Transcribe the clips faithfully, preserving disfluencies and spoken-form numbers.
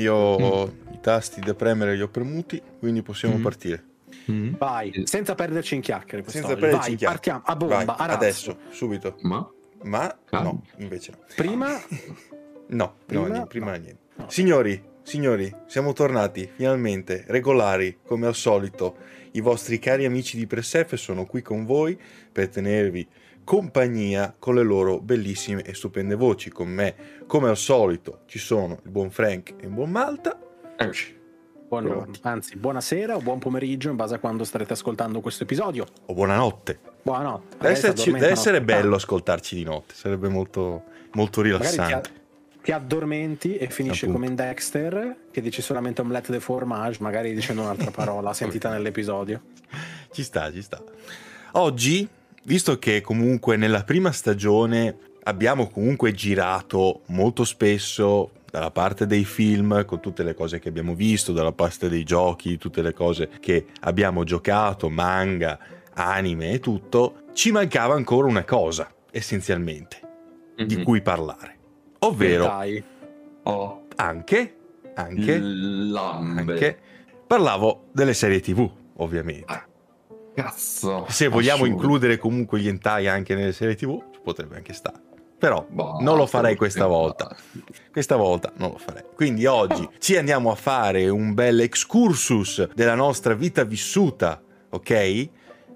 io ho i tasti da premere, li ho premuti, quindi possiamo Mm. partire. Mm. Vai, senza perderci in chiacchiere. Senza quest'oggi. perderci Vai, in chiacchiere. partiamo a bomba, Vai, a razzo. adesso, subito. Ma Ma Calma. no, invece no. Prima, No, Prima? no, niente, prima No. niente. No. Signori, signori, siamo tornati finalmente, regolari, come al solito. I vostri cari amici di Presef sono qui con voi per tenervi compagnia con le loro bellissime e stupende voci. Con me, come al solito, ci sono il buon Frank e il buon Malta. eccoci. buongiorno, Pronti. anzi, buonasera o buon pomeriggio in base a quando starete ascoltando questo episodio. O buonanotte. Buonanotte. Deve, Adesso esserci- deve addormentano essere ascoltando. bello ascoltarci di notte, sarebbe molto, molto Magari rilassante. ti, ti addormenti e finisce Appunto. come in Dexter, che dici solamente omelette de fromage, magari dicendo un'altra parola sentita nell'episodio. Ci sta, ci sta. Oggi, visto che comunque nella prima stagione abbiamo comunque girato molto spesso dalla parte dei film, con tutte le cose che abbiamo visto, dalla parte dei giochi, tutte le cose che abbiamo giocato, manga, anime e tutto, ci mancava ancora una cosa, essenzialmente, di Mhm. cui parlare. Ovvero, Dai. Oh, anche, anche, lambe. anche, parlavo delle serie tivù, ovviamente. Ah, Cazzo. Se vogliamo assurdo. includere comunque gli hentai anche nelle serie tivù, ci potrebbe anche stare. Però Bah, non lo farei questa bah. volta. Questa volta non lo farei. Quindi oggi ci andiamo a fare un bel excursus della nostra vita vissuta, ok?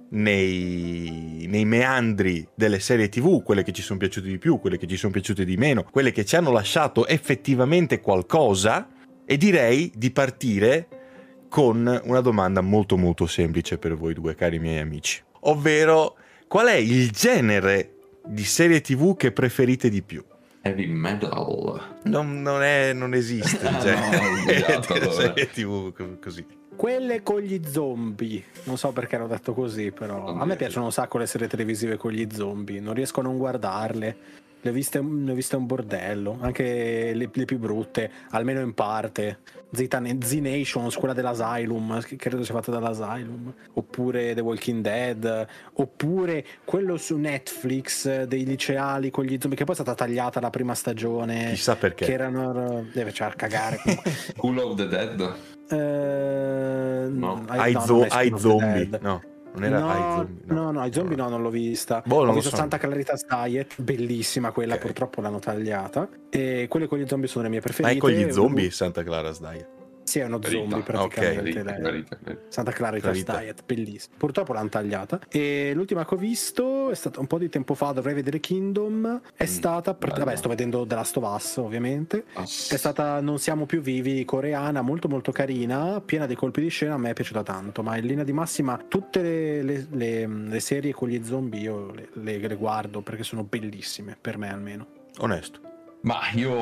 Nei, nei meandri delle serie tivù, quelle che ci sono piaciute di più, quelle che ci sono piaciute di meno, quelle che ci hanno lasciato effettivamente qualcosa. E direi di partire con una domanda molto molto semplice per voi due cari miei amici, ovvero qual è il genere di serie tivù che preferite di più? Heavy metal. Non, non, è, non esiste il No, genere ho sbagliato, delle allora. serie tivù co- così. Quelle con gli zombie, non so perché hanno detto così, però a me piacciono un sacco le serie televisive con gli zombie, non riesco a non guardarle, le ho viste, ne ho viste un bordello, anche le, le più brutte, almeno in parte. Z-Nations, quella dell'Asylum, che credo sia fatta dall'Asylum, oppure The Walking Dead, oppure quello su Netflix dei liceali con gli zombie, che poi è stata tagliata la prima stagione. Chissà perché. Che erano... deve cioè, a cagare comunque. Cool of the Dead. Eh, No. Ai, no, zo- non è ai School of the zombie, Dead. no, non era no, ai zombie. no, no, ai zombie no, non l'ho vista. Boh, non Ho lo visto so. Santa Claritas Diet, bellissima quella, Ok. purtroppo l'hanno tagliata. E quelle con gli zombie sono le mie Ma preferite. è con gli zombie Santa Clara's Diet. Sì, è uno zombie Clarita, praticamente. ok. lei. Clarita, clarita, clarita. Santa Claritas Clarita. Diet, bellissima. Purtroppo l'hanno tagliata. E l'ultima che ho visto è stata un po' di tempo fa, dovrei vedere Kingdom. È stata, per- bello. vabbè, sto vedendo The Last of Us, ovviamente. Ah, È stata Non siamo più vivi, coreana, molto molto carina, piena di colpi di scena, a me è piaciuta tanto, ma in linea di massima tutte le, le- le- le serie con gli zombie io le, le- le guardo perché sono bellissime, per me almeno. Onesto. Ma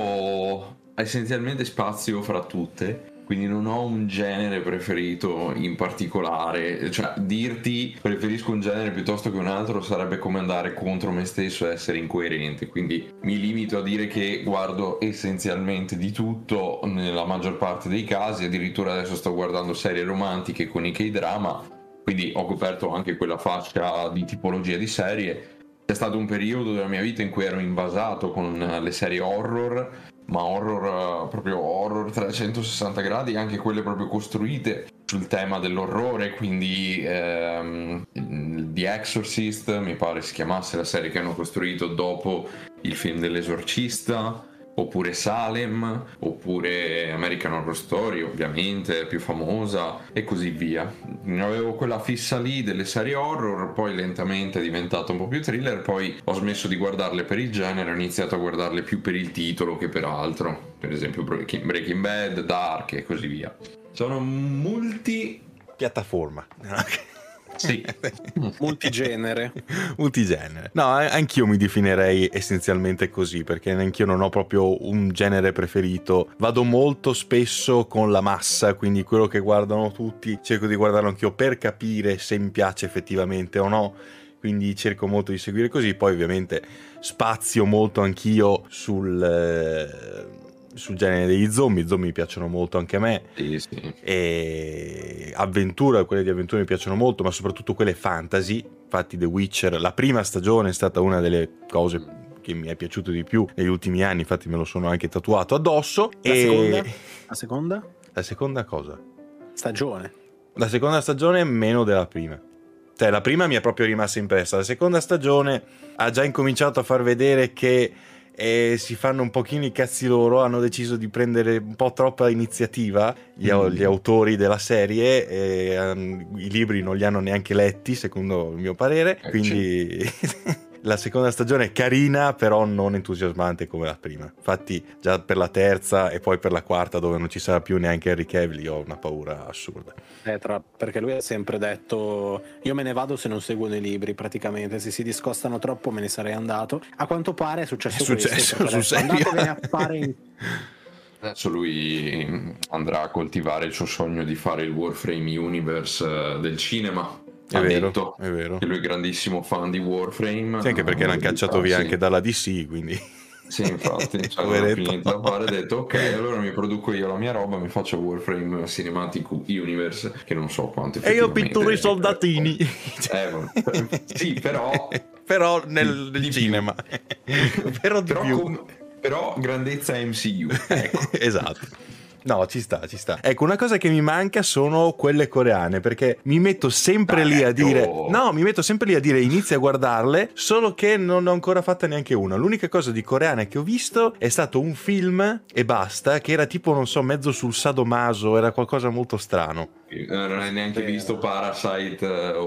io essenzialmente spazio fra tutte, quindi non ho un genere preferito in particolare. Cioè, dirti preferisco un genere piuttosto che un altro sarebbe come andare contro me stesso e essere incoerente. Quindi mi limito a dire che guardo essenzialmente di tutto nella maggior parte dei casi. Addirittura adesso sto guardando serie romantiche con i K-drama, quindi ho coperto anche quella fascia di tipologia di serie. C'è stato un periodo della mia vita in cui ero invasato con le serie horror, ma horror, eh, proprio horror trecentosessanta gradi, anche quelle proprio costruite sul tema dell'orrore, quindi ehm, The Exorcist, mi pare si chiamasse la serie che hanno costruito dopo il film dell'esorcista, oppure Salem, oppure American Horror Story, ovviamente, più famosa, e così via. Avevo quella fissa lì delle serie horror, poi lentamente è diventato un po' più thriller, poi ho smesso di guardarle per il genere, ho iniziato a guardarle più per il titolo che per altro, per esempio Breaking Breaking Bad, Dark e così via. Sono molti... Piattaforma. Sì. Multigenere. Multigenere. No, a- anch'io mi definirei essenzialmente così, perché anch'io non ho proprio un genere preferito. Vado molto spesso con la massa, quindi quello che guardano tutti, cerco di guardarlo anch'io per capire se mi piace effettivamente o no. Quindi cerco molto di seguire così. Poi ovviamente spazio molto anch'io sul... eh, sul genere degli zombie. I zombie mi piacciono molto anche a me. Sì, sì. E avventura, quelle di avventura mi piacciono molto, ma soprattutto quelle fantasy. Infatti The Witcher, la prima stagione è stata una delle cose che mi è piaciuto di più negli ultimi anni, infatti me lo sono anche tatuato addosso. La e seconda? La seconda? La seconda cosa? Stagione. La seconda stagione meno della prima. Cioè, la prima mi è proprio rimasta impressa. La seconda stagione ha già incominciato a far vedere che eh, si fanno un pochino i cazzi loro. Hanno deciso di prendere un po' troppa iniziativa gli, mm. gli autori della serie. E, um, i libri non li hanno neanche letti, secondo il mio parere. Eh, quindi... La seconda stagione è carina, però non entusiasmante come la prima. Infatti già per la terza e poi per la quarta, dove non ci sarà più neanche Henry Cavill, io ho una paura assurda. Eh, tra, perché lui ha sempre detto: io me ne vado se non seguono i libri, praticamente. Se si discostano troppo me ne sarei andato. A quanto pare è successo, è successo questo. Sul Andatevene a fare in... Adesso lui andrà a coltivare il suo sogno di fare il Warframe Universe del cinema. È ha vero, detto è vero. Che lui è grandissimo fan di Warframe. Sì, anche perché l'hanno cacciato via sì. anche dalla D C, quindi... Sì, infatti, cioè, non ho più niente da fare, ha detto ok, allora mi produco io la mia roba, mi faccio Warframe Cinematic Universe, che non so quanto e io pitturo i soldatini. Eh, sì, però... però nel, nel cinema. però di però più. Com- però grandezza M C U. Ecco. Esatto. No, ci sta, ci sta. Ecco, una cosa che mi manca sono quelle coreane, perché mi metto sempre Dai, lì a dire oh. No, mi metto sempre lì a dire inizia a guardarle, solo che non ne ho ancora fatta neanche una. L'unica cosa di coreane che ho visto è stato un film e basta, che era tipo, non so, mezzo sul sadomaso, era qualcosa molto strano. Non hai neanche visto Parasite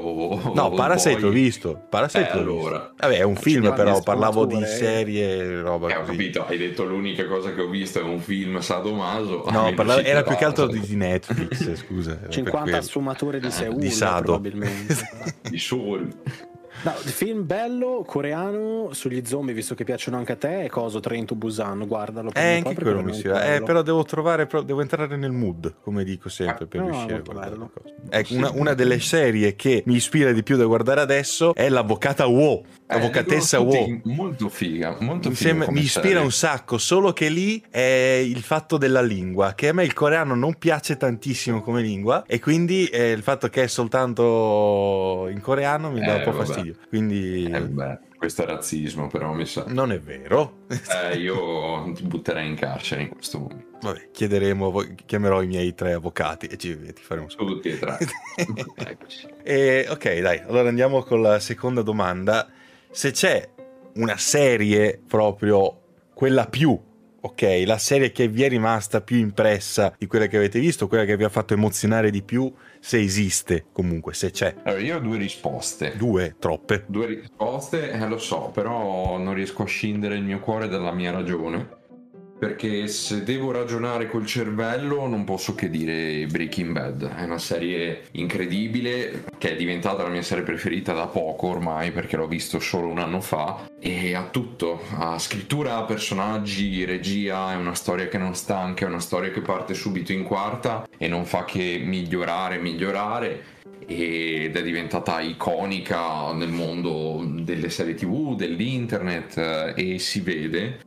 o No, o Parasite Boy. l'ho visto. Parasite eh, l'ho allora. visto. Vabbè, è un film, però parlavo di eh. serie, roba eh, ho così. capito, hai detto l'unica cosa che ho visto è un film sadomaso. No, parla- era più che altro di, di Netflix, scusa. cinquanta sfumature di Seul, di Sado. probabilmente. Di Seul. No, film bello coreano sugli zombie, visto che piacciono anche a te, è coso Train to Busan, guardalo. Eh, anche quello mi si va. Eh, però devo trovare, però devo entrare nel mood, come dico sempre, per no, riuscire a guardare guardare le cose. Ecco, una, una delle serie che mi ispira di più da guardare adesso è l'Avvocata Wo. L'avvocatessa eh, Wo. Molto figa, molto mi, figa sembra, mi ispira serie. un sacco, solo che lì è il fatto della lingua, che a me il coreano non piace tantissimo come lingua, e quindi eh, il fatto che è soltanto in coreano mi dà eh, un po' vabbè. fastidio. Quindi Eh, beh, questo è razzismo, però mi sa. non è vero. Eh, io ti butterei in carcere in questo momento. Vabbè, chiederemo, chiamerò i miei tre avvocati e ci, ti faremo sapere. Tutti e tre. Eccoci. E, ok, dai, allora andiamo con la seconda domanda. Se c'è una serie proprio quella più, ok, la serie che vi è rimasta più impressa di quella che avete visto, quella che vi ha fatto emozionare di più, se esiste comunque, se c'è. Allora, io ho due risposte. Due, troppe. Due risposte, eh, lo so, però non riesco a scindere il mio cuore dalla mia ragione. Perché se devo ragionare col cervello non posso che dire Breaking Bad. È una serie incredibile, che è diventata la mia serie preferita da poco ormai, perché l'ho visto solo un anno fa, e ha tutto, ha scrittura, personaggi, regia, è una storia che non stanca, è una storia che parte subito in quarta e non fa che migliorare, migliorare, ed è diventata iconica nel mondo delle serie tv, dell'internet, e si vede.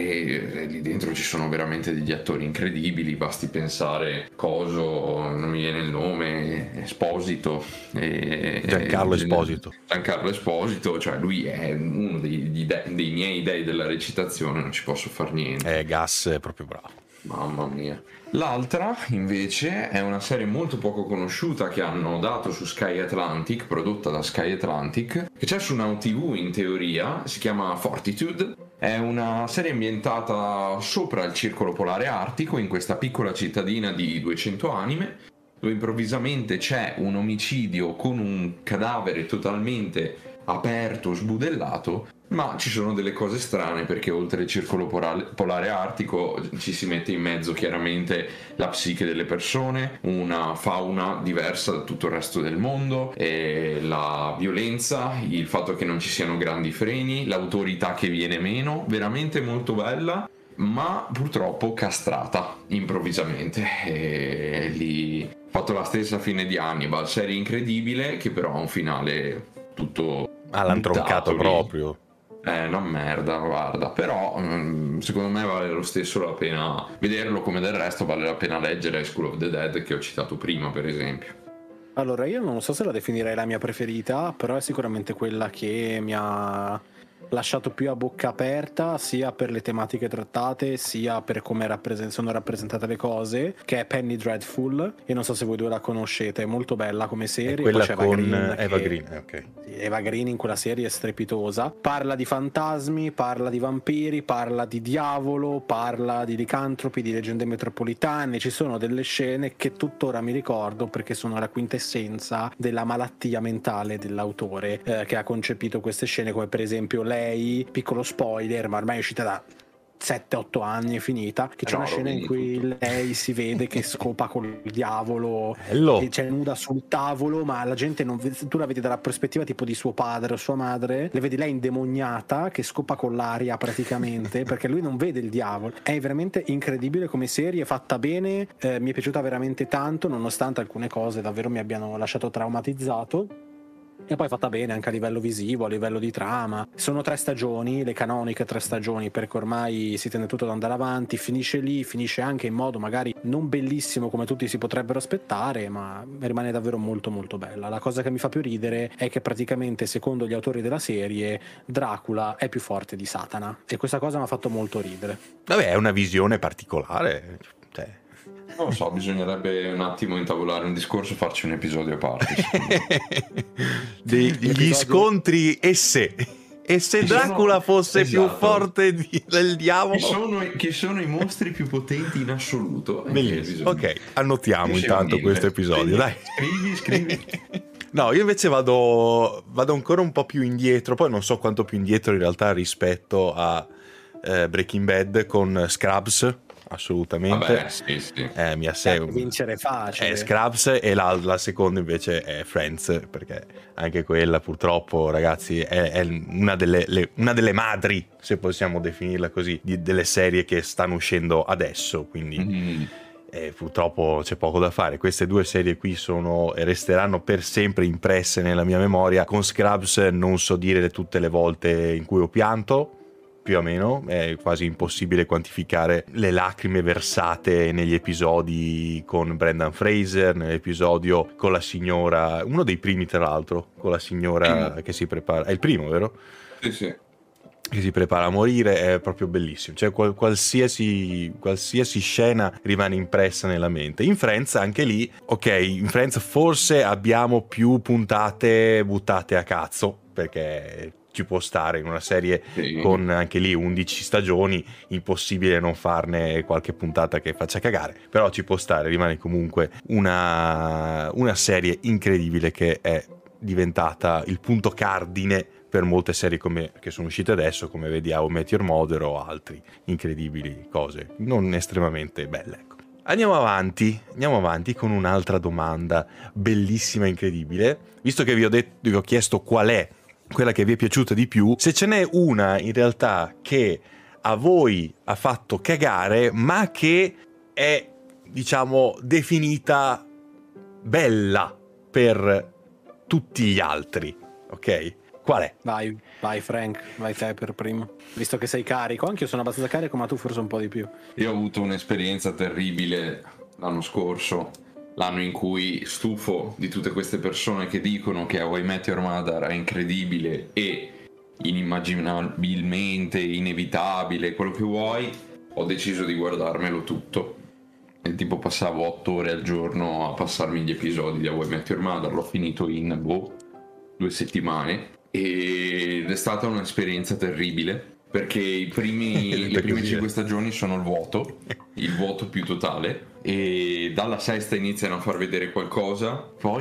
E lì dentro ci sono veramente degli attori incredibili, basti pensare coso, non mi viene il nome, Esposito, e, Giancarlo Esposito Giancarlo Esposito, cioè lui è uno dei, dei miei dei della recitazione, non ci posso far niente. Eh, Gas è proprio bravo, mamma mia. L'altra invece è una serie molto poco conosciuta che hanno dato su Sky Atlantic, prodotta da Sky Atlantic, che c'è su Now ti vu in teoria, si chiama Fortitude. È una serie ambientata sopra il circolo polare artico, in questa piccola cittadina di duecento anime, dove improvvisamente c'è un omicidio con un cadavere totalmente aperto, sbudellato, ma ci sono delle cose strane, perché oltre il circolo polare artico ci si mette in mezzo chiaramente la psiche delle persone, una fauna diversa da tutto il resto del mondo, e la violenza, il fatto che non ci siano grandi freni, l'autorità che viene meno, veramente molto bella, ma purtroppo castrata improvvisamente. E lì ho fatto la stessa fine di Hannibal, serie incredibile che però ha un finale tutto ah, l'hanno troncato proprio. Eh, una merda, guarda. Però mh, secondo me vale lo stesso la pena vederlo, come del resto vale la pena leggere School of the Dead, che ho citato prima, per esempio. Allora, io non so se la definirei la mia preferita, però è sicuramente quella che mi ha lasciato più a bocca aperta sia per le tematiche trattate sia per come rappresent- sono rappresentate le cose, che è Penny Dreadful, e non so se voi due la conoscete, è molto bella come serie. È quella Poi c'è con Eva Green, Eva che... Green, eh, ok. Sì, Eva Green in quella serie è strepitosa, parla di fantasmi, parla di vampiri, parla di diavolo, parla di licantropi, di leggende metropolitane. Ci sono delle scene che tuttora mi ricordo perché sono la quintessenza della malattia mentale dell'autore eh, che ha concepito queste scene, come per esempio lei, piccolo spoiler, ma ormai è uscita da sette otto anni, è finita, che c'è No, una scena in cui tutto. lei si vede che scopa col diavolo, Bello. e c'è nuda sul tavolo, ma la gente non vede, tu la vedi dalla prospettiva tipo di suo padre o sua madre, le vedi lei indemoniata che scopa con l'aria praticamente perché lui non vede il diavolo. È veramente incredibile come serie, fatta bene, eh, mi è piaciuta veramente tanto nonostante alcune cose davvero mi abbiano lasciato traumatizzato. E poi fatta bene anche a livello visivo, a livello di trama. Sono tre stagioni, le canoniche tre stagioni, perché ormai si tende tutto ad andare avanti, finisce lì, finisce anche in modo magari non bellissimo come tutti si potrebbero aspettare, ma rimane davvero molto molto bella. La cosa che mi fa più ridere è che praticamente, secondo gli autori della serie, Dracula è più forte di Satana, e questa cosa mi ha fatto molto ridere. Vabbè, è una visione particolare, cioè... Non lo so, bisognerebbe un attimo intavolare un discorso, farci un episodio a parte. Degli Episodio... scontri e se e se Chi Dracula sono... fosse esatto. più forte di... del diavolo. Chi sono, chi sono i mostri più potenti in assoluto? Bellissimo. Ok, annotiamo Io intanto questo episodio, dai. Scrivi, scrivi. No, io invece vado vado ancora un po' più indietro, poi non so quanto più indietro in realtà rispetto a eh, Breaking Bad con Scrubs. Assolutamente. Vabbè, sì, sì. Eh, mi assegno. Vincere facile. È Scrubs, e la, la seconda invece è Friends, perché anche quella purtroppo, ragazzi, è, è una, delle, le, una delle madri, se possiamo definirla così, di, delle serie che stanno uscendo adesso, quindi mm. eh, purtroppo c'è poco da fare. Queste due serie qui sono e resteranno per sempre impresse nella mia memoria. Con Scrubs non so dire tutte le volte in cui ho pianto, più o meno, è quasi impossibile quantificare le lacrime versate negli episodi con Brendan Fraser, nell'episodio con la signora, uno dei primi tra l'altro, con la signora che si prepara, è il primo, vero? Sì, sì. Che si prepara a morire, è proprio bellissimo, cioè qual- qualsiasi, qualsiasi scena rimane impressa nella mente. In Friends anche lì, ok, in Friends forse abbiamo più puntate buttate a cazzo, perché ci può stare in una serie sì. con anche lì undici stagioni, impossibile non farne qualche puntata che faccia cagare, però ci può stare, rimane comunque una, una serie incredibile che è diventata il punto cardine per molte serie come, che sono uscite adesso, come vedi How I Met Your Mother o altri incredibili cose non estremamente belle, ecco. Andiamo avanti, andiamo avanti con un'altra domanda bellissima, incredibile, visto che vi ho, detto, vi ho chiesto qual è quella che vi è piaciuta di più, se ce n'è una in realtà che a voi ha fatto cagare ma che è, diciamo, definita bella per tutti gli altri, ok? Qual è? Vai, vai Frank, vai te per primo, visto che sei carico. Anche io sono abbastanza carico, ma tu forse un po' di più. Io ho avuto un'esperienza terribile l'anno scorso, l'anno in cui, stufo di tutte queste persone che dicono che How I Met Your Mother è incredibile e inimmaginabilmente inevitabile, quello che vuoi, ho deciso di guardarmelo tutto. E tipo passavo otto ore al giorno a passarmi gli episodi di How I Met Your Mother. L'ho finito in boh, due settimane ed è stata un'esperienza terribile, perché i primi, le prime cinque stagioni sono il vuoto, il vuoto più totale, e dalla sesta iniziano a far vedere qualcosa,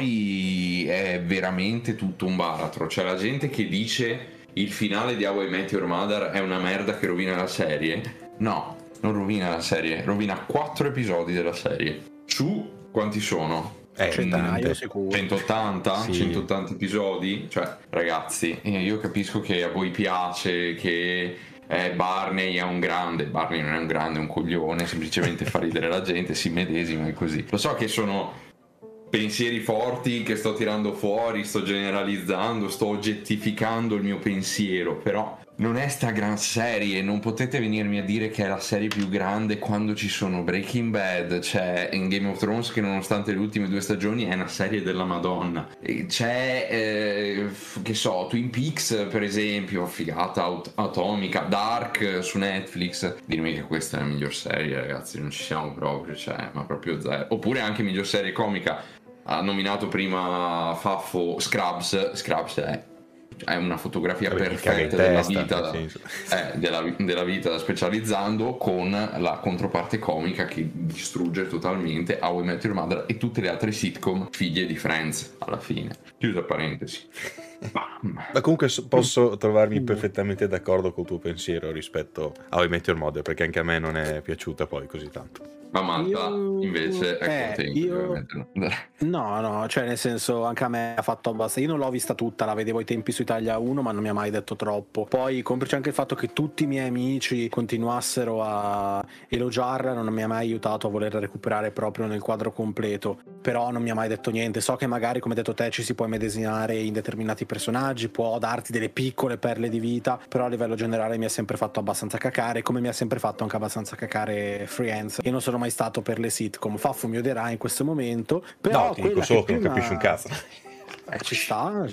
poi è veramente tutto un baratro. C'è la gente che dice il finale di How I Met Your Mother è una merda che rovina la serie. No, non rovina la serie, rovina quattro episodi della serie. Su quanti sono? Eh, centinaio sicuro. centottanta sì. centottanta episodi. Cioè, ragazzi, io capisco che a voi piace, che eh, Barney è un grande. Barney non è un grande, è un coglione, semplicemente fa ridere la gente, si medesima e così. Lo so che sono pensieri forti che sto tirando fuori, sto generalizzando, sto oggettificando il mio pensiero, però non è sta gran serie, non potete venirmi a dire che è la serie più grande quando ci sono Breaking Bad, c'è in Game of Thrones che nonostante le ultime due stagioni è una serie della Madonna, e c'è eh, che so, Twin Peaks per esempio, figata aut- atomica, Dark su Netflix. Dirmi che questa è la miglior serie, ragazzi, non ci siamo proprio, cioè, ma proprio zero. Oppure anche miglior serie comica, ha nominato prima Faffo Scrubs. Scrubs è è una fotografia Vabbè, perfetta della testa, vita, eh, della, della vita specializzando, con la controparte comica che distrugge totalmente How I Met Your Mother e tutte le altre sitcom figlie di Friends alla fine. Chiusa parentesi. Ma, ma comunque posso trovarmi perfettamente d'accordo col tuo pensiero rispetto a How I Met Your Mother, perché anche a me non è piaciuta poi così tanto. Ma Malta io... invece è eh, contento. Io... No, no, cioè nel senso anche a me ha fatto abbastanza. Io non l'ho vista tutta, la vedevo ai tempi su Italia uno, ma non mi ha mai detto troppo. Poi complice anche il fatto che tutti i miei amici continuassero a elogiarla, non mi ha mai aiutato a voler recuperare proprio nel quadro completo. Però non mi ha mai detto niente. So che magari, come hai detto te, ci si può immedesimare in determinati personaggi, può darti delle piccole perle di vita, però a livello generale mi ha sempre fatto abbastanza cacare, come mi ha sempre fatto anche abbastanza cacare Friends. Io non sono mai stato per le sitcom. Faffo mi odierà in questo momento, però no, ti dico solo che, che prima... non capisci un cazzo. Eh, ci sta.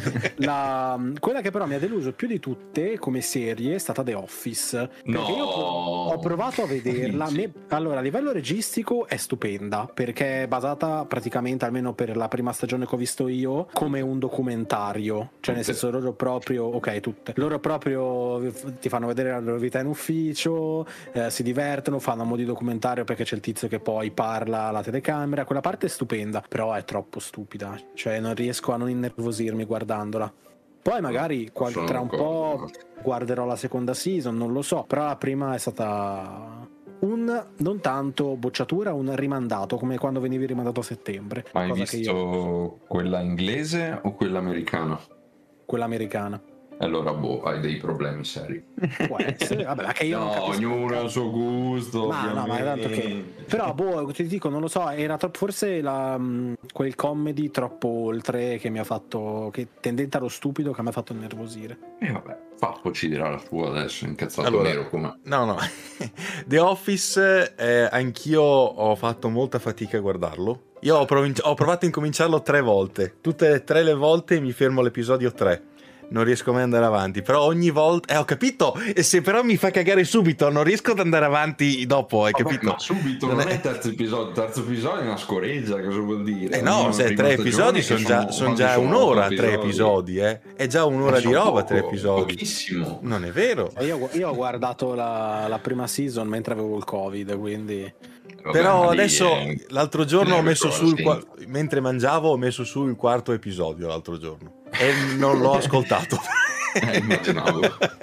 La, quella che però mi ha deluso più di tutte come serie è stata The Office. No. Perché io ho provato a vederla. Me, allora, a livello registico è stupenda, perché è basata praticamente, almeno per la prima stagione che ho visto io, come un documentario. Cioè, nel senso, loro proprio, ok, tutte. Loro proprio ti fanno vedere la loro vita in ufficio, eh, si divertono, fanno a mo' di documentario perché c'è il tizio che poi parla alla telecamera. Quella parte è stupenda, però è troppo stupida. Cioè, non riesco a non innervosirmi guardandola. Poi magari qual- tra un po' guarderò la seconda season, non lo so, però la prima è stata un non tanto bocciatura, un rimandato, come quando venivi rimandato a settembre. Ma hai cosa visto che io... quella inglese o quella americana? Quella americana. Allora, boh, hai dei problemi seri. Può essere, vabbè, ma che io no, non ognuno ha il suo gusto. Ma no, ma tanto che... Però, boh, ti dico, non lo so, era troppo, forse la, quel comedy troppo oltre che mi ha fatto, che tendente allo stupido, che mi ha fatto innervosire. E eh, vabbè, Fappo ci dirà la sua adesso, incazzato allora, nero come... No, no, The Office, eh, anch'io ho fatto molta fatica a guardarlo. Io ho, prov- ho provato a incominciarlo tre volte, tutte e tre le volte mi fermo all'episodio tre. Non riesco mai ad andare avanti, però ogni volta eh, ho capito, e se però mi fa cagare subito non riesco ad andare avanti dopo, hai oh, capito? Ma subito non, non è il terzo episodio, il terzo episodio è una scoreggia, cosa vuol dire? Eh no, se tre episodi sono già, son già un'ora, tre episodi, eh. È già un'ora di roba, poco, tre episodi. Pochissimo. Non è vero. Io, io ho guardato la, la prima season mentre avevo il Covid, quindi... Vabbè, però adesso è... l'altro giorno ho messo su il qua... mentre mangiavo ho messo su il quarto episodio l'altro giorno e non l'ho ascoltato. eh, immaginavo.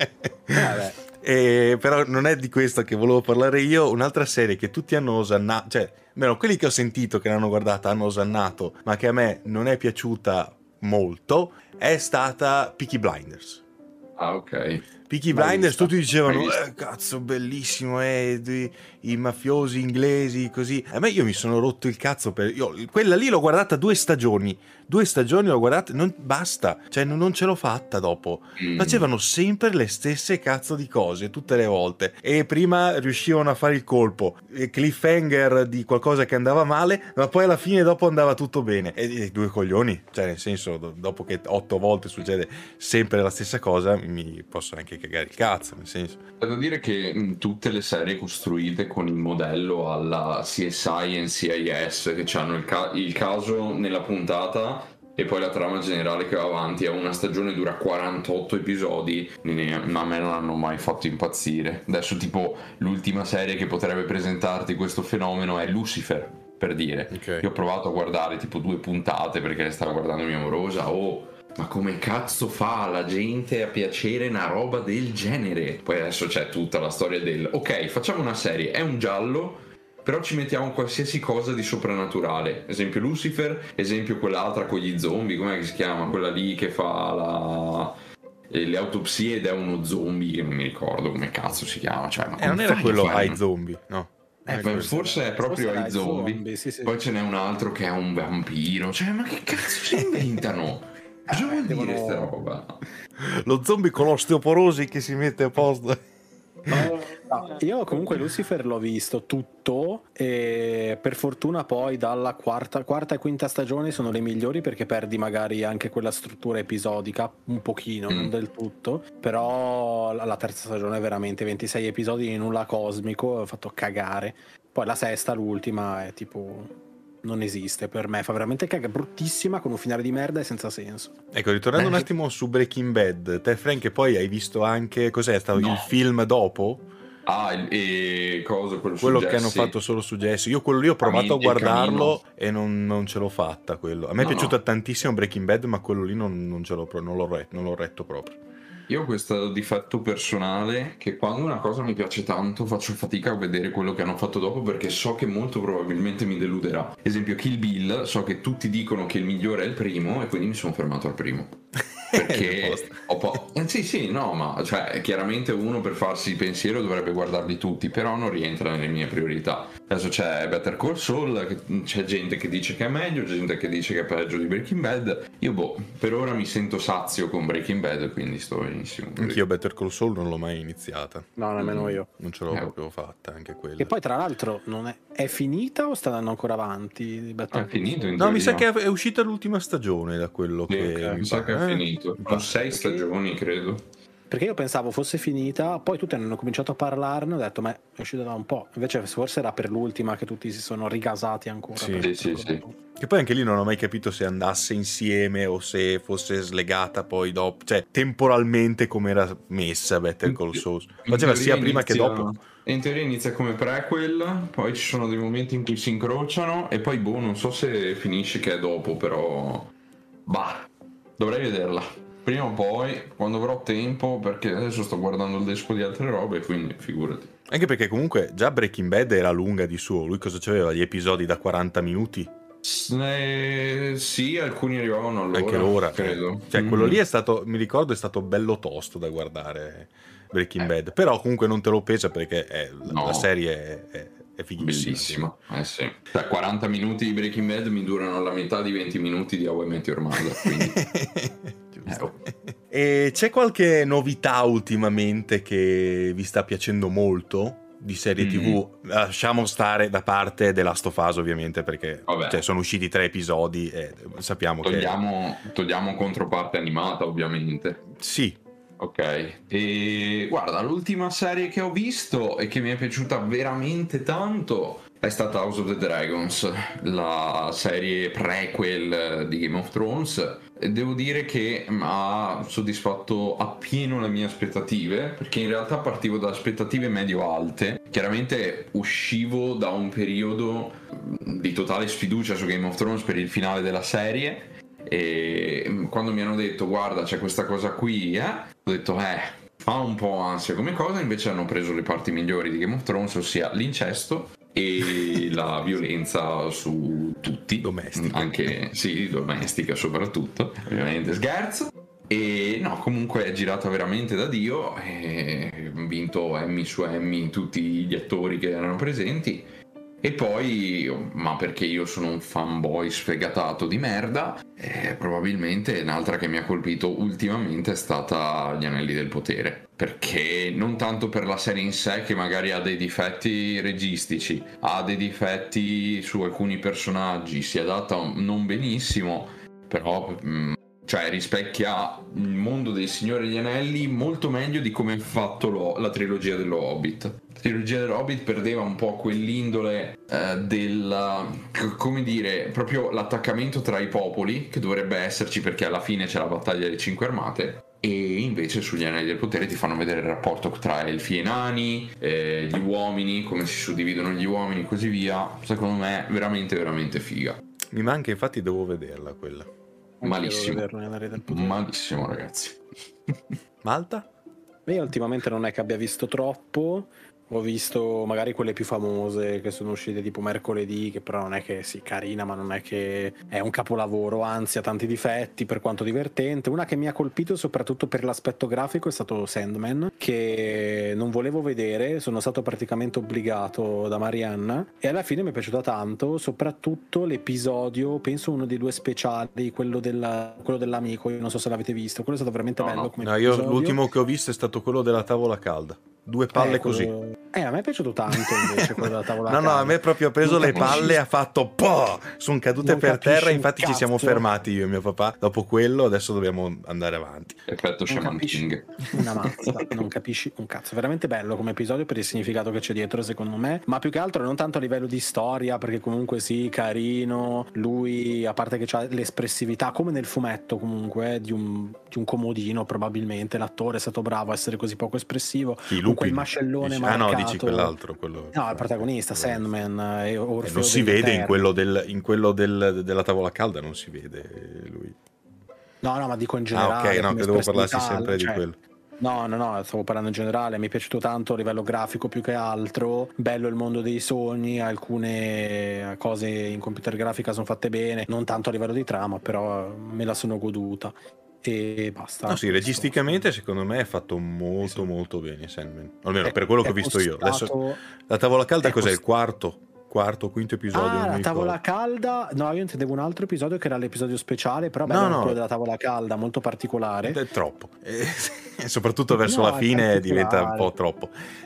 Vabbè. E, però non è di questo che volevo parlare io. Un'altra serie che tutti hanno osannato, cioè almeno quelli che ho sentito che l'hanno guardata hanno osannato, ma che a me non è piaciuta molto, è stata Peaky Blinders. Ah, ok. Peaky Blinders, tutti dicevano eh, cazzo bellissimo, eh, di, i mafiosi inglesi così. A me io mi sono rotto il cazzo per io, quella lì l'ho guardata due stagioni due stagioni l'ho guardata, non basta, cioè non, non ce l'ho fatta dopo. Mm. Facevano sempre le stesse cazzo di cose tutte le volte e prima riuscivano a fare il colpo, il cliffhanger di qualcosa che andava male, ma poi alla fine dopo andava tutto bene. E, e due coglioni, cioè nel senso, dopo che otto volte succede sempre la stessa cosa mi posso anche cagare il cazzo, nel senso. Devo dire che mh, tutte le serie costruite con il modello alla C S I e N C I S, che hanno il, ca- il caso nella puntata e poi la trama generale che va avanti, è una stagione dura quarantotto episodi, ma a me non hanno mai fatto impazzire. Adesso tipo l'ultima serie che potrebbe presentarti questo fenomeno è Lucifer, per dire. Okay. Io ho provato a guardare tipo due puntate perché stava guardando mia amorosa, oh ma come cazzo fa la gente a piacere una roba del genere? Poi adesso c'è tutta la storia del ok, facciamo una serie, è un giallo, però ci mettiamo qualsiasi cosa di soprannaturale. Esempio Lucifer, esempio quell'altra con gli zombie, com'è che si chiama? Quella lì che fa la... le autopsie ed è uno zombie che non mi ricordo come cazzo si chiama. Cioè, ma eh, non era quello ai zombie, no? Eh, beh, forse è proprio forse ai zombie, zombie sì, sì. Poi ce n'è un altro che è un vampiro. Cioè, ma che cazzo si inventano? Cosa vuol devono- dire sta roba? Lo zombie con l'osteoporosi che si mette a posto. No, io comunque Lucifer l'ho visto tutto e per fortuna poi dalla quarta, quarta e quinta stagione sono le migliori perché perdi magari anche quella struttura episodica un pochino, Mm. non del tutto, però la la terza stagione è veramente ventisei episodi di nulla cosmico, ho fatto cagare. Poi la sesta, l'ultima, è tipo non esiste per me, fa veramente cagare, bruttissima con un finale di merda e senza senso. Ecco, ritornando un Eh. attimo su Breaking Bad, te Frank, che poi hai visto anche, cos'è stato No. il film dopo? Ah, il- e cosa? Quello, su Quello che hanno Jesse? fatto solo su Jesse. Io quello lì ho provato a Camino- il guardarlo e non, non ce l'ho fatta quello. A me è No, piaciuto no. tantissimo Breaking Bad, ma quello lì non, non ce l'ho, pro- non l'ho retto, non l'ho retto proprio. Io ho questo difetto personale che quando una cosa mi piace tanto faccio fatica a vedere quello che hanno fatto dopo perché so che molto probabilmente mi deluderà. Esempio Kill Bill, so che tutti dicono che il migliore è il primo e quindi mi sono fermato al primo. Perché Apposta. ho po- eh, sì sì no ma cioè chiaramente uno per farsi il pensiero dovrebbe guardarli tutti, però non rientra nelle mie priorità. Adesso c'è Better Call Saul, che- c'è gente che dice che è meglio, gente che dice che è peggio di Breaking Bad. Io boh, per ora mi sento sazio con Breaking Bad, quindi sto benissimo così. Anch'io Better Call Saul non l'ho mai iniziata. No, nemmeno Mm. io. Non ce l'ho Eh. proprio fatta, anche quella. E poi tra l'altro non è, è finita o sta andando ancora avanti? di Better Ah, è finito in No, mi sa teoria. che è uscita l'ultima stagione da quello Sì, che ok, mi mi sa che pare, è eh? finito. Mi Sono pare. sei stagioni, credo. Perché io pensavo fosse finita, poi tutti hanno cominciato a parlarne, ho detto, ma è uscita da un po'. Invece forse era per l'ultima che tutti si sono rigasati ancora. Sì. per- Sì, per sì, quello. Che poi anche lì non ho mai capito se andasse insieme o se fosse slegata poi dopo, cioè temporalmente come era messa Better Call Saul. In Faceva teoria sia prima che inizia- dopo. In teoria inizia come prequel, poi ci sono dei momenti in cui si incrociano e poi boh, non so se finisce che è dopo, però bah, dovrei vederla. Prima o poi, quando avrò tempo, perché adesso sto guardando il desco di altre robe, quindi figurati. Anche perché comunque già Breaking Bad era lunga di suo. Lui cosa c'aveva? Gli episodi da quaranta minuti? Eh, sì, alcuni arrivavano all'ora, Anche l'ora. credo. Cioè, quello Mm. lì è stato, mi ricordo, è stato bello tosto da guardare Breaking Eh. Bad. Però comunque non te lo pesa perché è- la, No. la serie è, è, è fighissima. Bellissima, eh sì. Cioè, quaranta minuti di Breaking Bad mi durano la metà di venti minuti di How I Met Your Mother, quindi... Giusto. Eh, oh. E c'è qualche novità ultimamente che vi sta piacendo molto di serie Mm. tivù? Lasciamo stare da parte The Last of Us, ovviamente, perché Vabbè. cioè, sono usciti tre episodi e sappiamo Togliamo, togliamo controparte animata, ovviamente. che... Sì, Ok. E guarda, l'ultima serie che ho visto e che mi è piaciuta veramente tanto è stata House of the Dragons, la serie prequel di Game of Thrones. E devo dire che mi ha soddisfatto appieno le mie aspettative, perché in realtà partivo da aspettative medio-alte. Chiaramente uscivo da un periodo di totale sfiducia su Game of Thrones per il finale della serie. E quando mi hanno detto guarda c'è questa cosa qui, eh, ho detto eh fa un po' ansia come cosa, invece hanno preso le parti migliori di Game of Thrones, ossia l'incesto e la violenza su tutti, Domestica. anche sì, domestica soprattutto, ovviamente scherzo. E no, comunque è girata veramente da Dio, e ha vinto Emmy su Emmy tutti gli attori che erano presenti. E poi, ma perché io sono un fanboy sfegatato di merda, eh, probabilmente un'altra che mi ha colpito ultimamente è stata Gli Anelli del Potere. Perché non tanto per la serie in sé, che magari ha dei difetti registici, ha dei difetti su alcuni personaggi, si adatta non benissimo, però... Mh, cioè rispecchia il mondo dei Signori degli Anelli molto meglio di come ha fatto lo, la trilogia dello Hobbit. La trilogia dello Hobbit perdeva un po' quell'indole eh, del, c- come dire, proprio l'attaccamento tra i popoli, che dovrebbe esserci perché alla fine c'è la battaglia delle Cinque Armate, e invece sugli Anelli del Potere ti fanno vedere il rapporto tra elfi e nani, eh, gli uomini, come si suddividono gli uomini e così via. Secondo me veramente veramente figa. mi manca, infatti devo vederla quella. Malissimo. Anche io devo vederlo, Gli Anelli del Potere. Malissimo ragazzi. Malta? Io ultimamente non è che abbia visto troppo, Ho visto magari quelle più famose che sono uscite tipo mercoledì, che però non è che sì, carina, ma non è che è un capolavoro, anzi ha tanti difetti per quanto divertente. Una che mi ha colpito soprattutto per l'aspetto grafico è stato Sandman, che non volevo vedere, sono stato praticamente obbligato da Marianna e alla fine mi è piaciuta tanto, soprattutto l'episodio, penso uno dei due speciali, quello, della, quello dell'amico, io non so se l'avete visto, quello è stato veramente no, bello no. come No, episodio. io l'ultimo che ho visto è stato quello della tavola calda. Due palle eh, così. quello... Eh, a me è piaciuto tanto invece quello della tavola No, no, calda. a me proprio ha preso Non le capisci- palle e ha fatto po'! Sono cadute Non per capisci terra, un infatti ci siamo cazzo. fermati io e mio papà. Dopo quello adesso dobbiamo andare avanti. Effetto Non Shaman capisci King. una mazza, non capisci un cazzo. Veramente bello come episodio per il significato che c'è dietro, secondo me. Ma più che altro non tanto a livello di storia, perché comunque sì, carino. Lui, a parte che ha l'espressività, come nel fumetto comunque, eh, di, un, di un comodino, probabilmente. L'attore è stato bravo a essere così poco espressivo. Chi, Con quel Lupin? mascellone Dici- marcato. Ah no, dici quell'altro. Quello... No, il protagonista, Sandman e Eh, Orfeo non si degli vede in Eterni. quello, del, in quello del, della tavola calda, non si vede lui. No, no, ma dico in Ah, generale. ok, no, come credevo parlassi espressività, sempre di cioè- quello. No, no, no, stavo parlando in generale, mi è piaciuto tanto a livello grafico più che altro, bello il mondo dei sogni, alcune cose in computer grafica sono fatte bene, non tanto a livello di trama, però me la sono goduta e basta. No, sì, registicamente secondo me è fatto molto molto bene Sandman. Almeno per quello che ho visto io. Adesso Costato... la tavola calda è cos'è? cost- Il quarto? Quarto, quinto episodio? Ah, non la mi tavola ricordo. calda, no, io intendevo un altro episodio che era l'episodio speciale, però No, bello, no. quello della tavola calda, molto particolare. È troppo. E soprattutto verso No, la è fine diventa un particolare. po' troppo.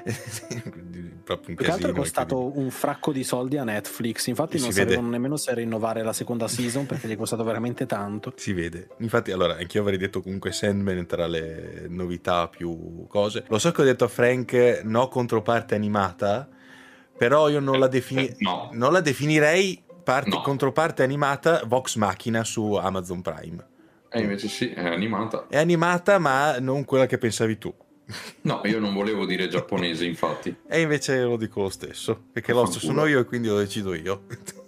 Proprio un Più che altro è casino. costato un fracco di soldi a Netflix, infatti Si non vede. sapevano nemmeno se rinnovare la seconda season perché gli è costato veramente tanto. Si vede. Infatti, allora, anch'io avrei detto comunque Sandman tra le novità più cose. Lo so che ho detto a Frank no controparte animata, però io non la, defini- Eh, no. non la definirei parte, No. controparte animata Vox Machina su Amazon Prime. E invece sì, è animata. È animata, ma non quella che pensavi tu. No, io non volevo dire giapponese, infatti. E invece lo dico lo stesso, perché lo Vaffanculo. sono io e quindi lo decido io.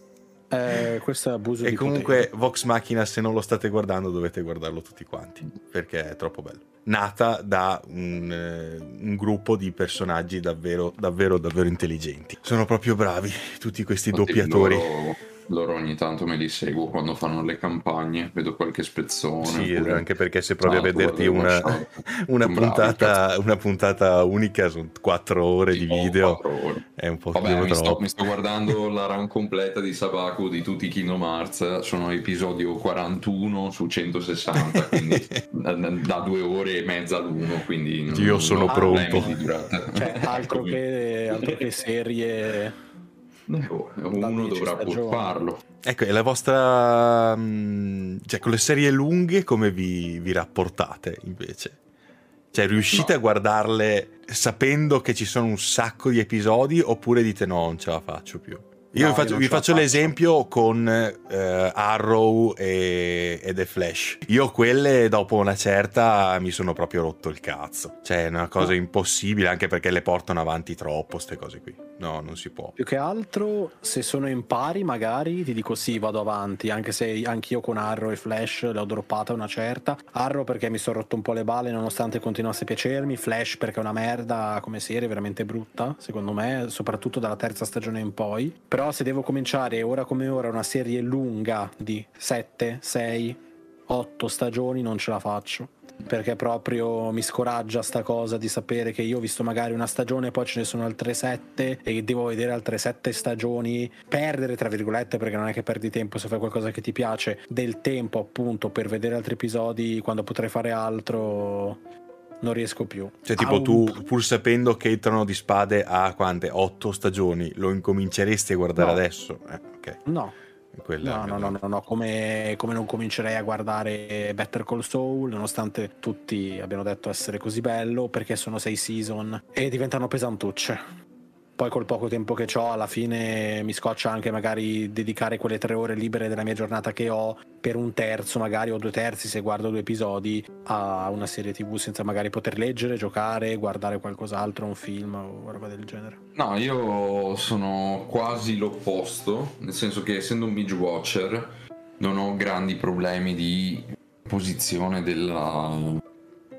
Eh, questo è abuso E di comunque potere. Vox Machina, se non lo state guardando, dovete guardarlo tutti quanti, perché è troppo bello. Nata da un, eh, un gruppo di personaggi davvero, davvero, davvero intelligenti. Sono proprio bravi tutti questi Infatti doppiatori. Loro, loro ogni tanto me li seguo quando fanno le campagne, vedo qualche spezzone. Sì, oppure- anche perché se provi a Salto, vederti guardo una, uno short. una, Sono bravi, puntata, una puntata unica, sono quattro ore Sì, di oh, video, quattro ore. è un po' Vabbè, mi sto, troppo. mi sto guardando la run completa di Sabaku di tutti i Kingdom Hearts, sono episodio quarantuno su centosessanta, quindi da, da due ore e mezza l'uno, quindi non- Io non sono ho problemi pronto. di durata. Cioè, altro che, altro che serie. Eh, oh, da uno dieci dovrà pur stagioni. farlo. Ecco, e la vostra... mh, cioè, con le serie lunghe come vi, vi rapportate invece? Cioè, riuscite No. a guardarle sapendo che ci sono un sacco di episodi oppure dite no, non ce la faccio più? Io No, vi faccio, io non vi ce la faccio faccio. l'esempio con eh, Arrow e, e The Flash. Io quelle dopo una certa mi sono proprio rotto il cazzo. Cioè è una cosa impossibile anche perché le portano avanti troppo ste cose qui. No, non si può. Più che altro, se sono in pari, magari ti dico sì, vado avanti. Anche se anch'io con Arrow e Flash le ho droppata una certa. Arrow perché mi sono rotto un po' le balle nonostante continuasse a piacermi. Flash perché è una merda come serie, veramente brutta, secondo me, soprattutto dalla terza stagione in poi. Però se devo cominciare ora come ora una serie lunga di sette, sei, otto stagioni, non ce la faccio. Perché proprio mi scoraggia sta cosa di sapere che io ho visto magari una stagione, poi ce ne sono altre sette e devo vedere altre sette stagioni, perdere tra virgolette, perché non è che perdi tempo se fai qualcosa che ti piace, del tempo appunto per vedere altri episodi quando potrei fare altro, non riesco più. Cioè tipo Ah, tu, pur sapendo che il Trono di Spade ha quante? Otto stagioni, lo incominceresti a guardare No. adesso? Eh, ok. no Quella è No, la no, mia no, no, no, come, come non comincerei a guardare Better Call Saul, nonostante tutti abbiano detto essere così bello, perché sono sei season e diventano pesantucce. Poi col poco tempo che ho, alla fine mi scoccia anche magari dedicare quelle tre ore libere della mia giornata che ho per un terzo magari o due terzi, se guardo due episodi, a una serie tv senza magari poter leggere, giocare, guardare qualcos'altro, un film o roba del genere. No, io sono quasi l'opposto, nel senso che essendo un binge watcher non ho grandi problemi di posizione della,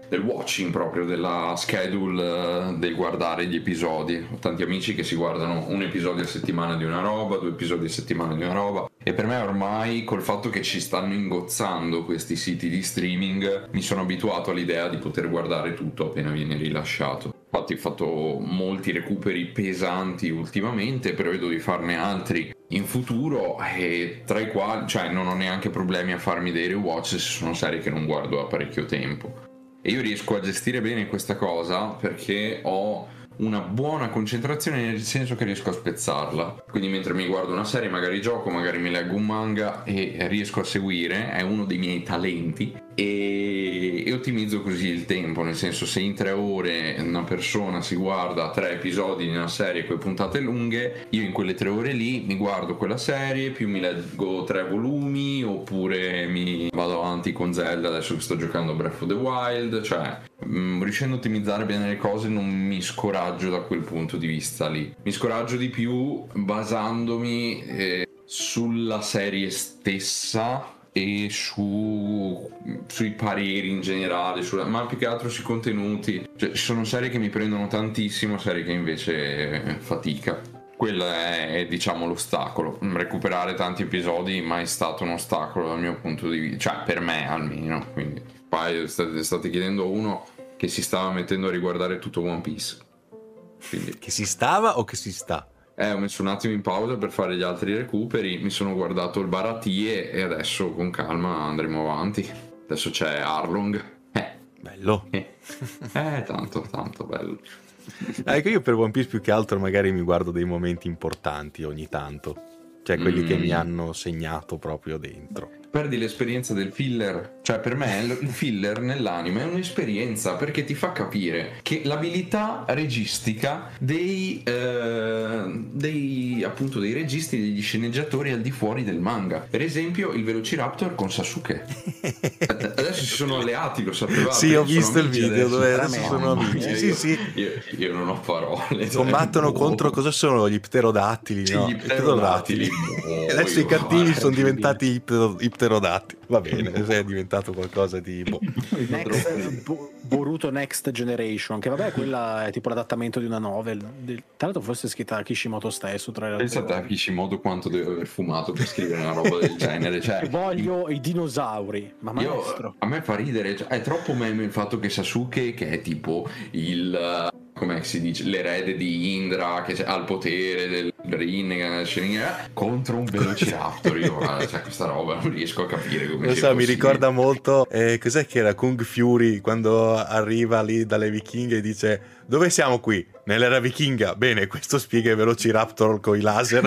del watching, proprio della schedule del guardare gli episodi. Ho tanti amici che si guardano un episodio a settimana di una roba, due episodi a settimana di una roba, e per me ormai, col fatto che ci stanno ingozzando questi siti di streaming, mi sono abituato all'idea di poter guardare tutto appena viene rilasciato. Infatti ho fatto molti recuperi pesanti ultimamente, prevedo di farne altri in futuro, e tra i quali, cioè, non ho neanche problemi a farmi dei rewatch se sono serie che non guardo da parecchio tempo. E io riesco a gestire bene questa cosa perché ho una buona concentrazione, nel senso che riesco a spezzarla. Quindi mentre mi guardo una serie, magari gioco, magari mi leggo un manga e riesco a seguire, è uno dei miei talenti, e, e ottimizzo così il tempo, nel senso, se in tre ore una persona si guarda tre episodi di una serie con puntate lunghe, io in quelle tre ore lì mi guardo quella serie, più mi leggo tre volumi, oppure mi vado avanti con Zelda adesso che sto giocando a Breath of the Wild. Cioè, mh, riuscendo a ottimizzare bene le cose, non mi scoraggio da quel punto di vista lì. Mi scoraggio di più basandomi eh, sulla serie stessa e su, sui pareri in generale, sulla, ma più che altro sui contenuti. Cioè, ci sono serie che mi prendono tantissimo, serie che invece eh, fatica. Quello è, è diciamo l'ostacolo. Recuperare tanti episodi mai stato un ostacolo dal mio punto di vista, cioè per me almeno. Quindi poi state, state chiedendo a uno che si stava mettendo a riguardare tutto One Piece. Quindi Che si stava o che si sta? Eh, ho messo un attimo in pausa per fare gli altri recuperi, mi sono guardato il Baratie e adesso con calma andremo avanti. Adesso c'è Arlong. Eh, Bello. eh, eh tanto, tanto bello. Ecco, io per One Piece più che altro magari mi guardo dei momenti importanti ogni tanto. Cioè quelli mm. che mi hanno segnato proprio dentro. Perdi l'esperienza del filler. Cioè, per me il filler nell'anime è un'esperienza, perché ti fa capire che l'abilità registica dei eh, dei appunto dei registi, degli sceneggiatori al di fuori del manga. Per esempio il Velociraptor con Sasuke. Adesso si sono alleati, lo sapevate? Sì, ho visto il video adesso. dove adesso sono amici. Io, sì, sì. Io, io non ho parole. Combattono boh. contro, cosa sono? Gli pterodattili, sì, no? Gli pterodattili. Boh, adesso i cattivi sono guarda, diventati i pterodattili. Va bene, è diventato qualcosa di boh. Next, Bo- Boruto Next Generation, che vabbè, quella è tipo l'adattamento di una novel. Tra l'altro forse è scritta da Kishimoto stesso, tra le altre Pensate a Kishimoto quanto deve aver fumato per scrivere una roba del genere. Cioè, voglio i dinosauri, ma maestro. Io, a me fa ridere, cioè, è troppo meme il fatto che Sasuke, che è tipo il, come si dice, l'erede di Indra, che ha il potere del Rinnegan, contro un Velociraptor. Io guarda, cioè, questa roba non riesco a capire come lo sia so, mi possibile. ricorda molto eh, cos'è che era Kung Fury quando arriva lì dalle vichinghe e dice: dove siamo qui? Nell'era vichinga. Bene, questo spiega i Velociraptor con i laser.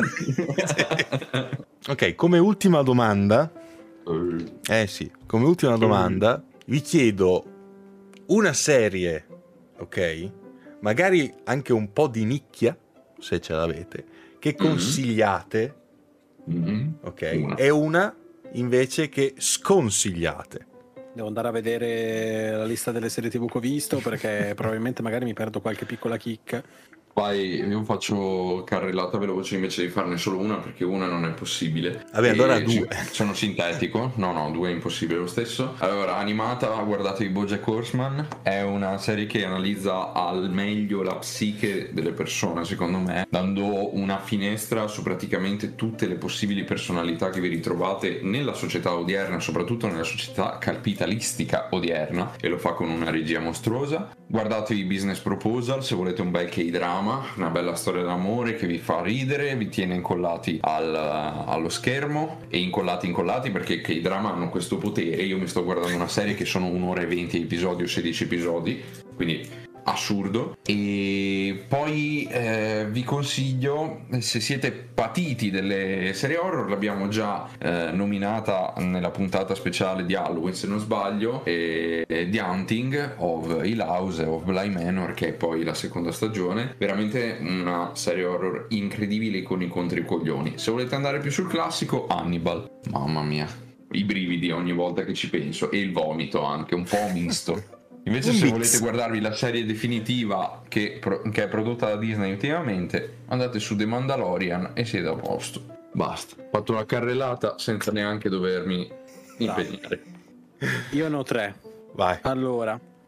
Ok, come ultima domanda, eh sì, come ultima domanda vi chiedo una serie, ok? Magari anche un po' di nicchia, se ce l'avete, che consigliate, mm-hmm. ok? Una. E una invece che sconsigliate. Devo andare a vedere la lista delle serie tv che ho visto, perché probabilmente magari mi perdo qualche piccola chicca. Poi io faccio carrellata veloce invece di farne solo una, perché una non è possibile. Vabbè, E allora due. Sono sintetico. No, no, due è impossibile lo stesso. Allora, animata, guardatevi BoJack Horseman. È una serie che analizza al meglio la psiche delle persone, secondo me, dando una finestra su praticamente tutte le possibili personalità che vi ritrovate nella società odierna, soprattutto nella società capitalistica odierna, e lo fa con una regia mostruosa. Guardatevi Business Proposal se volete un bel K-drama, una bella storia d'amore che vi fa ridere, vi tiene incollati al, allo schermo, e incollati incollati perché i K-drama hanno questo potere. Io mi sto guardando una serie che sono un'ora e venti episodi o sedici episodi, quindi assurdo. E poi eh, vi consiglio, se siete patiti delle serie horror, l'abbiamo già eh, nominata nella puntata speciale di Halloween se non sbaglio, e, e The Hunting of Hill House of Bly Manor, che è poi la seconda stagione. Veramente una serie horror incredibile con incontri coglioni. Se volete andare più sul classico, Hannibal, mamma mia, i brividi ogni volta che ci penso, e il vomito anche un po' misto. Invece, se volete guardarvi la serie definitiva che, pro- che è prodotta da Disney ultimamente, andate su The Mandalorian e siete a posto. Basta, ho fatto una carrellata senza neanche dovermi impegnare. Io ne ho tre. Vai. Allora,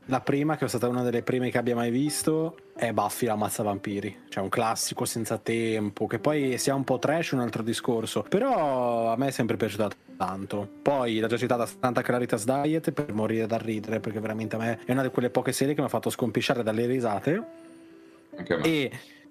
La prima, che è stata una delle prime che abbia mai visto, è Buffy la mazza vampiri, cioè un classico senza tempo, che poi sia un po' trash un altro discorso, però a me è sempre piaciuta tanto. Poi l'ho già citata Santa Clarita's Diet per morire dal ridere, perché veramente a me è una di quelle poche serie che mi ha fatto scompisciare dalle risate. Okay, e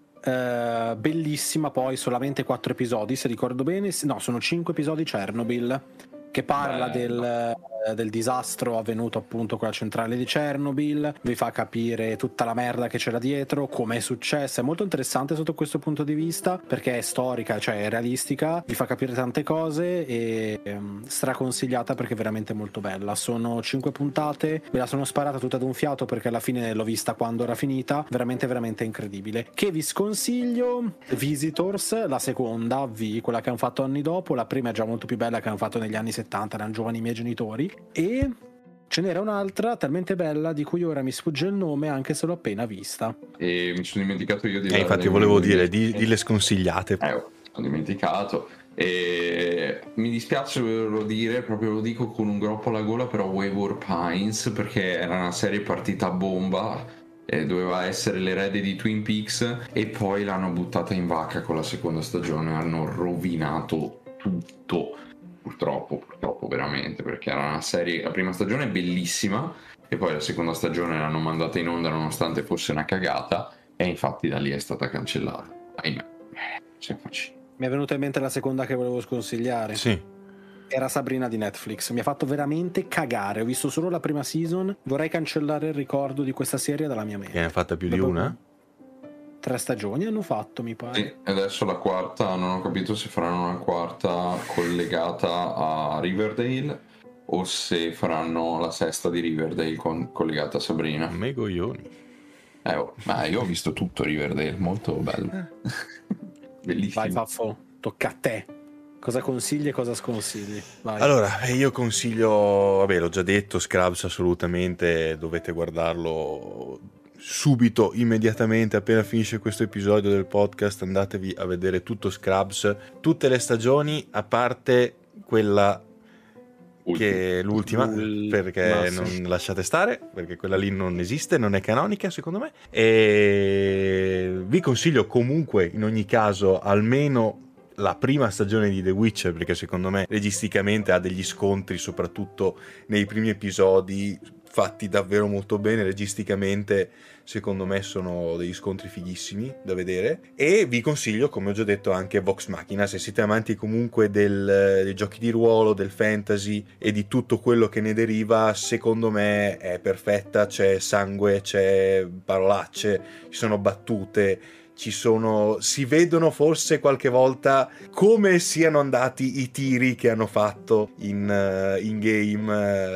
uh, bellissima, poi solamente quattro episodi se ricordo bene, no, sono cinque episodi Chernobyl, che parla del, del disastro avvenuto appunto con la centrale di Chernobyl, vi fa capire tutta la merda che c'era dietro, come è successa. È molto interessante sotto questo punto di vista, perché è storica, cioè è realistica, vi fa capire tante cose e um, straconsigliata perché è veramente molto bella. Sono cinque puntate, me la sono sparata tutta ad un fiato perché alla fine l'ho vista quando era finita, veramente veramente incredibile. Che vi sconsiglio Visitors, la seconda V, quella che hanno fatto anni dopo. La prima è già molto più bella, che hanno fatto negli anni settanta, erano giovani i miei genitori. E ce n'era un'altra talmente bella di cui ora mi sfugge il nome, anche se l'ho appena vista. E mi sono dimenticato io di eh, infatti volevo dire di, di le sconsigliate. Eh, ho dimenticato. E mi dispiace doverlo dire, proprio lo dico con un groppo alla gola, però Wayward Pines, perché era una serie partita a bomba, eh, doveva essere l'erede di Twin Peaks, e poi l'hanno buttata in vacca con la seconda stagione, hanno rovinato tutto. Purtroppo, purtroppo veramente, perché era una serie, la prima stagione è bellissima e poi la seconda stagione l'hanno mandata in onda nonostante fosse una cagata, e infatti da lì è stata cancellata. Ahimè, se facci. Mi è venuta in mente la seconda che volevo sconsigliare. Sì. Era Sabrina di Netflix, mi ha fatto veramente cagare, ho visto solo la prima season, vorrei cancellare il ricordo di questa serie dalla mia mente. E ne ha fatta più di Dopo una? Tre stagioni hanno fatto, mi pare. Sì, e adesso la quarta, non ho capito se faranno una quarta collegata a Riverdale o se faranno la sesta di Riverdale con, collegata a Sabrina. Me coglioni. Eh, oh, ma io ho visto tutto Riverdale, molto bello. Bellissimo. Vai Faffo, tocca a te. Cosa consigli e cosa sconsigli? Vai. Allora, io consiglio, vabbè, l'ho già detto, Scrubs assolutamente, dovete guardarlo subito, immediatamente, appena finisce questo episodio del podcast, andatevi a vedere tutto Scrubs, tutte le stagioni, a parte quella Ultima. che è l'ultima, Ul- perché ma non sì. lasciate stare, perché quella lì non esiste, non è canonica secondo me. E vi consiglio comunque, in ogni caso, almeno la prima stagione di The Witcher, perché secondo me registicamente ha degli scontri, soprattutto nei primi episodi, fatti davvero molto bene registicamente. Secondo me sono degli scontri fighissimi da vedere. E vi consiglio, come ho già detto, anche Vox Machina, se siete amanti comunque del, dei giochi di ruolo, del fantasy e di tutto quello che ne deriva. Secondo me è perfetta, c'è sangue, c'è parolacce, ci sono battute, ci sono, si vedono forse qualche volta come siano andati i tiri che hanno fatto in, uh, in game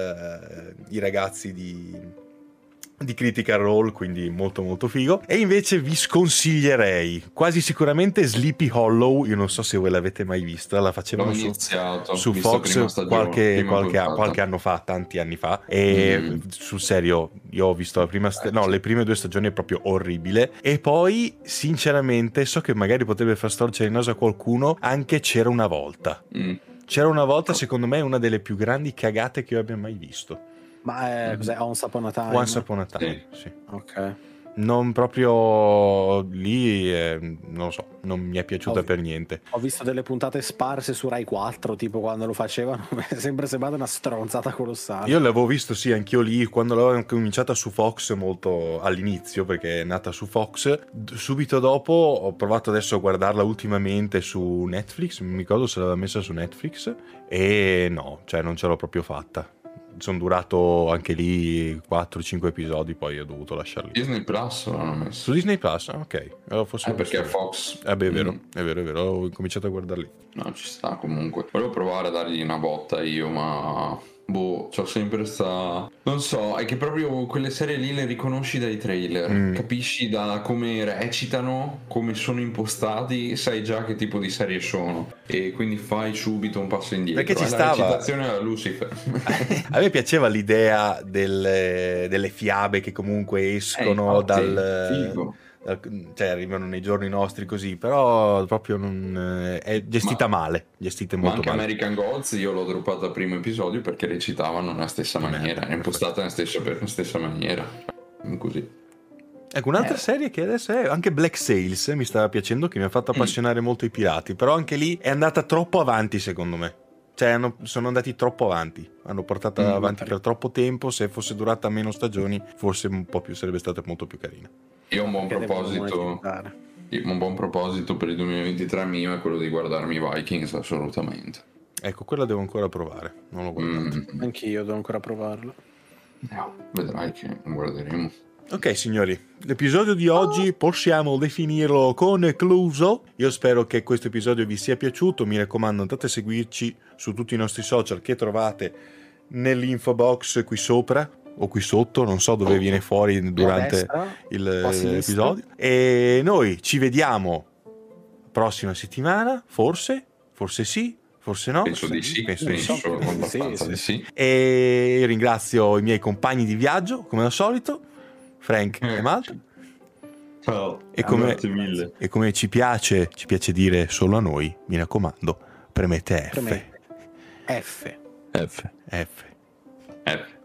uh, i ragazzi di di Critical Role, quindi molto molto figo. E invece vi sconsiglierei quasi sicuramente Sleepy Hollow. Io non so se voi l'avete mai vista, la facevano su, su Fox stagione, qualche, qualche, qualche anno fa, tanti anni fa, e mm. sul serio io ho visto la prima st- no, le prime due stagioni, è proprio orribile. E poi sinceramente so che magari potrebbe far storcere il naso a qualcuno, anche C'era una volta. mm. C'era una volta, secondo me è una delle più grandi cagate che io abbia mai visto. Ma è, cos'è? Once Upon a Time? Once Upon a Time, sì. sì. Ok. Non proprio lì, eh, non lo so, non mi è piaciuta ho, per niente. Ho visto delle puntate sparse su Rai quattro, tipo quando lo facevano, mi è sempre sembrata una stronzata colossale. Io l'avevo visto, sì, anch'io lì, quando l'avevo cominciata su Fox, molto all'inizio, perché è nata su Fox. Subito dopo ho provato adesso a guardarla ultimamente su Netflix, mi ricordo se l'aveva messa su Netflix, e no, cioè non ce l'ho proprio fatta. Sono durato anche lì quattro cinque episodi, poi ho dovuto lasciarli. Disney Plus l'hanno messo. Su Disney Plus? Ah, ok. Allora, forse eh, perché è Fox. Eh beh, è vero, mm. è vero, è vero, ho cominciato a guardarli. No, ci sta comunque. Volevo provare a dargli una botta io, ma boh, c'ho sempre sta... Non so, è che proprio quelle serie lì le riconosci dai trailer, mm. capisci da come recitano, come sono impostati, sai già che tipo di serie sono, e quindi fai subito un passo indietro. Perché ci è stava... la recitazione alla Lucifer. A me piaceva l'idea delle, delle fiabe che comunque escono eh, infatti, dal... figo. cioè arrivano nei giorni nostri così, però proprio non è gestita ma, male, gestita molto ma anche male. American Gods io l'ho droppata al primo episodio perché recitavano nella stessa maniera, è impostata nella stessa, per la stessa maniera, così. Ecco, un'altra eh. serie che adesso è anche Black Sails, mi stava piacendo, che mi ha fatto appassionare mm. molto i pirati, però anche lì è andata troppo avanti secondo me. Cioè hanno, sono andati troppo avanti, hanno portato mm, avanti per troppo tempo. Se fosse durata meno stagioni forse un po' più sarebbe stata molto più carina. Io ho un buon proposito un buon proposito per il duemilaventitré mio è quello di guardarmi i Vikings, assolutamente. Ecco, quello devo ancora provare, non l'ho guardato. Mm. Anch'io devo ancora provarlo. No, vedrai che guarderemo. Ok signori, l'episodio di oggi possiamo definirlo concluso. Io spero che questo episodio vi sia piaciuto, mi raccomando andate a seguirci su tutti i nostri social che trovate nell'info box qui sopra o qui sotto, non so dove viene fuori durante il, l'episodio. E noi ci vediamo prossima settimana, forse, forse sì, forse no. Penso di sì, penso, penso, penso abbastanza sì, di sì. E ringrazio i miei compagni di viaggio, come al solito. Frank eh. e Matt. Ciao, e come, grazie mille. E come ci piace, ci piace dire solo a noi, mi raccomando, premete F. Premete F. F. F. F.